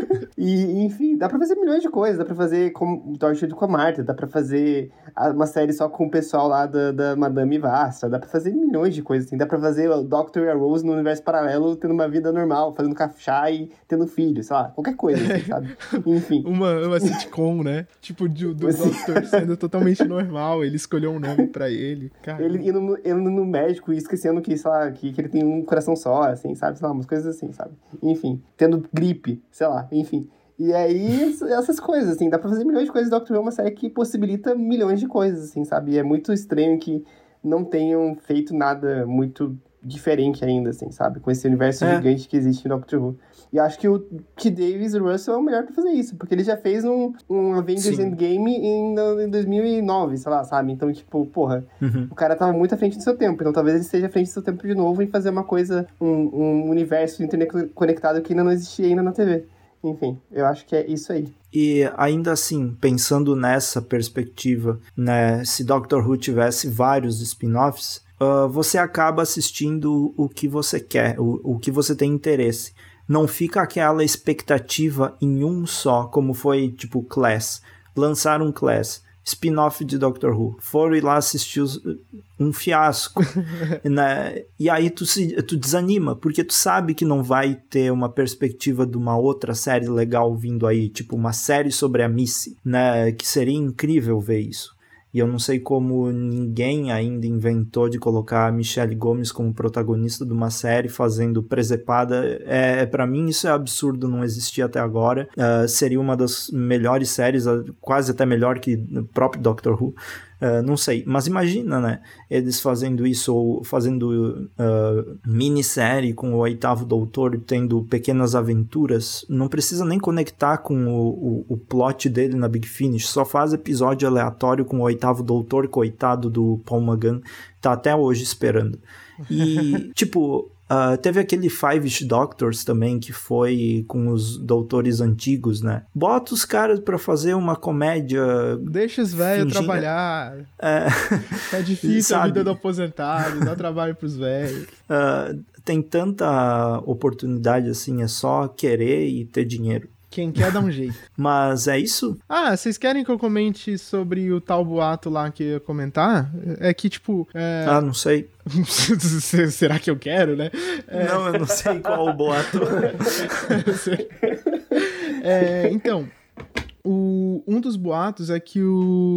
E, enfim, dá pra fazer milhões de coisas. Dá pra fazer com Torchwood com a Marta, dá pra fazer a- uma série só com o pessoal lá da, da Madame Vastra, dá pra fazer milhões de coisas, assim. Dá pra fazer o Doctor e a Rose no universo paralelo tendo uma vida normal, fazendo chá e tendo filho, sei lá, qualquer coisa, assim, sabe? Enfim. Uma, uma sitcom, né? Tipo, de- do Sim. Doctor sendo totalmente normal. Ele escolheu um nome pra ele. Cara, Ele indo, no- indo no médico e esquecendo que, sei lá, que, que ele tem um coração só, assim, sabe? Sei lá, umas coisas assim, sabe? Enfim, tendo gripe, sei lá, enfim. E aí, ess- essas coisas, assim, dá pra fazer milhões de coisas. Doctor Who é uma série que possibilita milhões de coisas, assim, sabe? E é muito estranho que não tenham feito nada muito diferente ainda, assim, sabe? Com esse universo É. gigante que existe em Doctor Who. E acho que o T. Davis Russell é o melhor pra fazer isso, porque ele já fez um, um Avengers Sim. Endgame em, em dois mil e nove, sei lá, sabe? Então, tipo, porra, Uhum. o cara tava muito à frente do seu tempo, então talvez ele esteja à frente do seu tempo de novo em fazer uma coisa, um, um universo interconectado que ainda não existia ainda na T V. Enfim, eu acho que é isso aí. E ainda assim, pensando nessa perspectiva, né, se Doctor Who tivesse vários spin-offs, uh, você acaba assistindo o que você quer, o, o que você tem interesse. Não fica aquela expectativa em um só, como foi tipo Class. Lançaram Class. spin-off de Doctor Who. Foram ir lá assistir os, um fiasco. Né? E aí tu, se, tu desanima, porque tu sabe que não vai ter uma perspectiva de uma outra série legal vindo aí, tipo uma série sobre a Missy, né? Que seria incrível ver isso. E eu não sei como ninguém ainda inventou de colocar a Michelle Gomes como protagonista de uma série fazendo presepada. É, pra mim isso é absurdo, não existia até agora. Uh, seria uma das melhores séries, quase até melhor que o próprio Doctor Who. Uh, não sei, mas imagina, né, eles fazendo isso, ou fazendo uh, minissérie com o Oitavo Doutor, tendo pequenas aventuras, não precisa nem conectar com o, o, o plot dele na Big Finish, só faz episódio aleatório com o Oitavo Doutor, coitado do Paul McGann, tá até hoje esperando. E, tipo... Uh, teve aquele Five-ish Doctors também, que foi com os doutores antigos, né? Bota os caras pra fazer uma comédia... Deixa os velhos fingindo... trabalhar. É, é difícil sabe? A vida do aposentado, dá trabalho pros velhos. Uh, tem tanta oportunidade assim, é só querer e ter dinheiro. Quem quer dá um jeito. Mas é isso? Ah, vocês querem que eu comente sobre o tal boato lá que eu ia comentar? É que, tipo... É... Ah, não sei. Será que eu quero, né? É... Não, eu não sei qual o boato. é, então... O, um dos boatos é que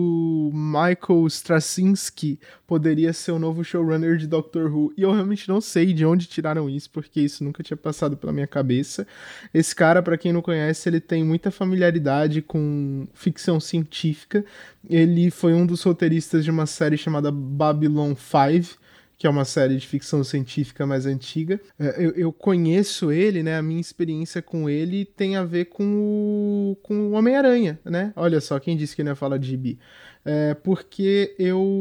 o Michael Straczynski poderia ser o novo showrunner de Doctor Who. E eu realmente não sei de onde tiraram isso, porque isso nunca tinha passado pela minha cabeça. Esse cara, pra quem não conhece, ele tem muita familiaridade com ficção científica. Ele foi um dos roteiristas de uma série chamada Babylon five, que é uma série de ficção científica mais antiga. Eu, eu conheço ele, né? A minha experiência com ele tem a ver com o, com o Homem-Aranha, né? Olha só, quem disse que não ia falar de gibi. É porque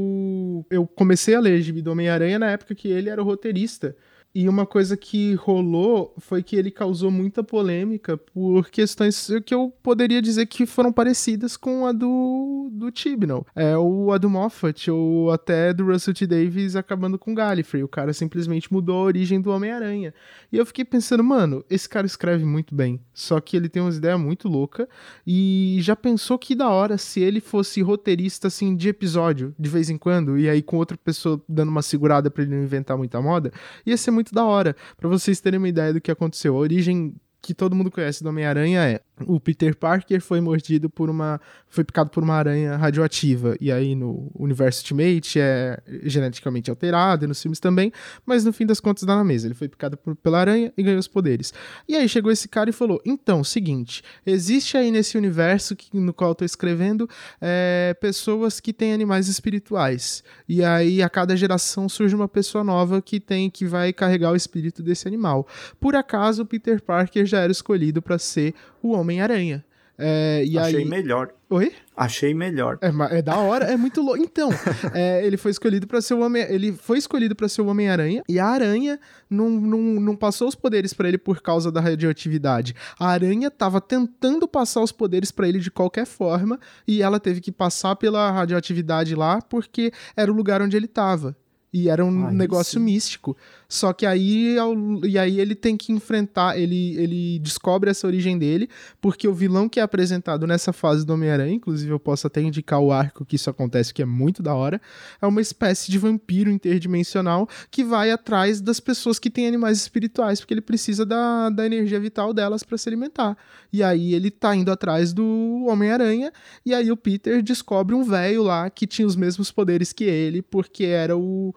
eu, eu comecei a ler gibi do Homem-Aranha na época que ele era o roteirista. E uma coisa que rolou foi que ele causou muita polêmica por questões que eu poderia dizer que foram parecidas com a do, do Chibnall. É, ou a do Moffat, ou até do Russell T. Davies acabando com Gallifrey. O cara simplesmente mudou a origem do Homem-Aranha. E eu fiquei pensando, mano, esse cara escreve muito bem, só que ele tem umas ideias muito loucas. E já pensou que da hora se ele fosse roteirista, assim, de episódio, de vez em quando, e aí com outra pessoa dando uma segurada pra ele não inventar muita moda? Ia ser muito muito da hora. Pra vocês terem uma ideia do que aconteceu, a origem que todo mundo conhece do Homem-Aranha é: o Peter Parker foi mordido por uma... foi picado por uma aranha radioativa, e aí no universo Ultimate é geneticamente alterado, e nos filmes também, mas no fim das contas dá na mesa. Ele foi picado por, pela aranha e ganhou os poderes. E aí chegou esse cara e falou: então, seguinte, existe aí nesse universo que, no qual eu tô escrevendo, é, pessoas que têm animais espirituais, e aí a cada geração surge uma pessoa nova que tem, que vai carregar o espírito desse animal. Por acaso o Peter Parker já era escolhido para ser o Homem-Aranha. É, e Achei aí... melhor. Oi? Achei melhor. É, é da hora, é muito louco. Então, é, ele foi escolhido para ser o Homem, ele foi escolhido para ser o Homem-Aranha, e a aranha não, não, não passou os poderes para ele por causa da radioatividade. A aranha tava tentando passar os poderes para ele de qualquer forma, e ela teve que passar pela radioatividade lá porque era o lugar onde ele tava. E era um Ai, negócio sim. místico. Só que aí, e aí ele tem que enfrentar, ele, ele descobre essa origem dele, porque o vilão que é apresentado nessa fase do Homem-Aranha, inclusive eu posso até indicar o arco que isso acontece, que é muito da hora, é uma espécie de vampiro interdimensional que vai atrás das pessoas que têm animais espirituais, porque ele precisa da, da energia vital delas para se alimentar. E aí ele tá indo atrás do Homem-Aranha, e aí o Peter descobre um velho lá que tinha os mesmos poderes que ele, porque era o,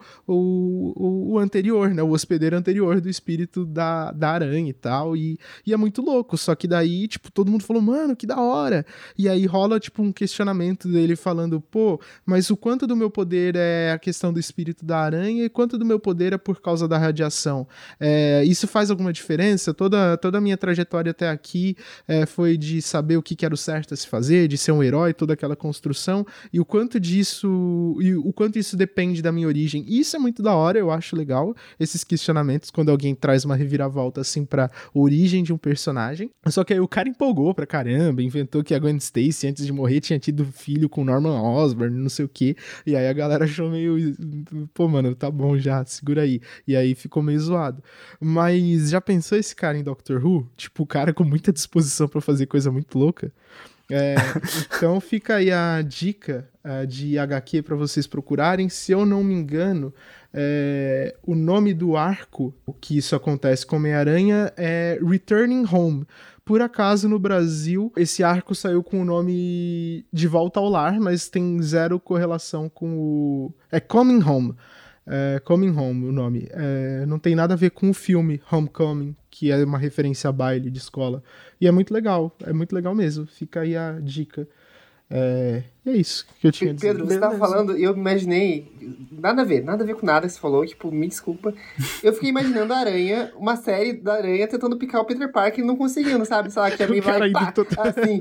o, o anterior, né? O hospedeiro anterior do espírito da, da aranha e tal, e, e é muito louco, só que daí, tipo, todo mundo falou, mano, que da hora, e aí rola, tipo, um questionamento dele falando, pô, mas o quanto do meu poder é a questão do espírito da aranha e quanto do meu poder é por causa da radiação? É, isso faz alguma diferença? Toda, toda a minha trajetória até aqui é, foi de saber o que, que era o certo a se fazer, de ser um herói, toda aquela construção, e o quanto disso, e o quanto isso depende da minha origem. E isso é muito da hora, eu acho legal, esses questionamentos, quando alguém traz uma reviravolta assim pra origem de um personagem. Só que aí o cara empolgou pra caramba, inventou que a Gwen Stacy, antes de morrer, tinha tido filho com Norman Osborn, não sei o que, e aí a galera achou meio, pô, mano, tá bom já, segura aí. E aí ficou meio zoado. Mas já pensou esse cara em Doctor Who? Tipo, o cara com muita disposição pra fazer coisa muito louca? É, então fica aí a dica uh, de H Q para vocês procurarem. Se eu não me engano, é, o nome do arco, o que isso acontece com Homem-Aranha, é Returning Home. Por acaso, no Brasil, esse arco saiu com o nome De Volta ao Lar, mas tem zero correlação com o... É Coming Home. É Coming Home o nome. É, não tem nada a ver com o filme Homecoming, que é uma referência a baile de escola. E é muito legal, é muito legal mesmo. Fica aí a dica. É, é isso que eu tinha a dizer. Pedro, você tava falando e eu imaginei, nada a ver, nada a ver com nada que você falou, tipo, me desculpa. Eu fiquei imaginando a Aranha, uma série da Aranha tentando picar o Peter Parker e não conseguindo, sabe? Sei lá, que a mim vai, pá, assim.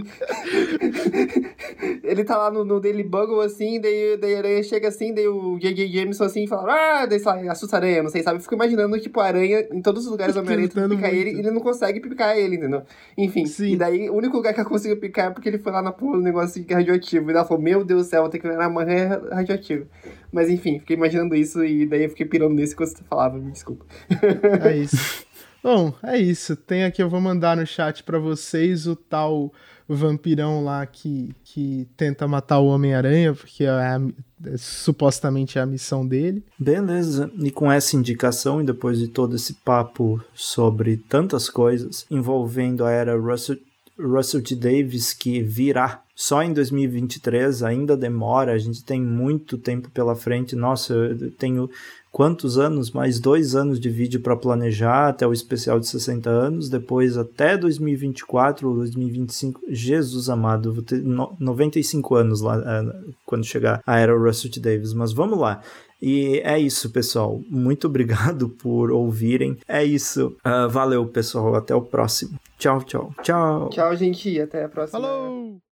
Ele tá lá no, no Daily Bugle, assim, daí, daí a Aranha chega assim, daí o J J Jameson, assim, fala, ah, daí, sei lá, assusta a Aranha, não sei, sabe? Eu fico imaginando, tipo, a Aranha, em todos os lugares do Homem-Aranha, tentando picar ele, e ele não consegue picar ele, entendeu? Enfim, Sim. E daí, o único lugar que ela conseguiu picar é porque ele foi lá na porra do negócio radioativo, e ela falou, meu Deus do céu, vou ter que ver na manhã radioativo. Mas enfim, fiquei imaginando isso e daí eu fiquei pirando nisso que você falava, me desculpa. É isso. Bom, é isso. Tem aqui, eu vou mandar no chat pra vocês o tal vampirão lá que, que tenta matar o Homem-Aranha, porque é, a, é supostamente é a missão dele. Beleza. E com essa indicação, e depois de todo esse papo sobre tantas coisas envolvendo a era Russell, Russell T. Davies, que virá só em dois mil e vinte e três, ainda demora, a gente tem muito tempo pela frente. Nossa, eu tenho quantos anos? Mais dois anos de vídeo para planejar até o especial de sessenta anos, depois até dois mil e vinte e quatro ou dois mil e vinte e cinco, Jesus amado, eu vou ter noventa e cinco anos lá quando chegar a era Russell T. Davies, mas vamos lá. E é isso, pessoal. Muito obrigado por ouvirem. É isso. Uh, valeu, pessoal. Até o próximo. Tchau, tchau. Tchau. Tchau, gente. Até a próxima. Falou!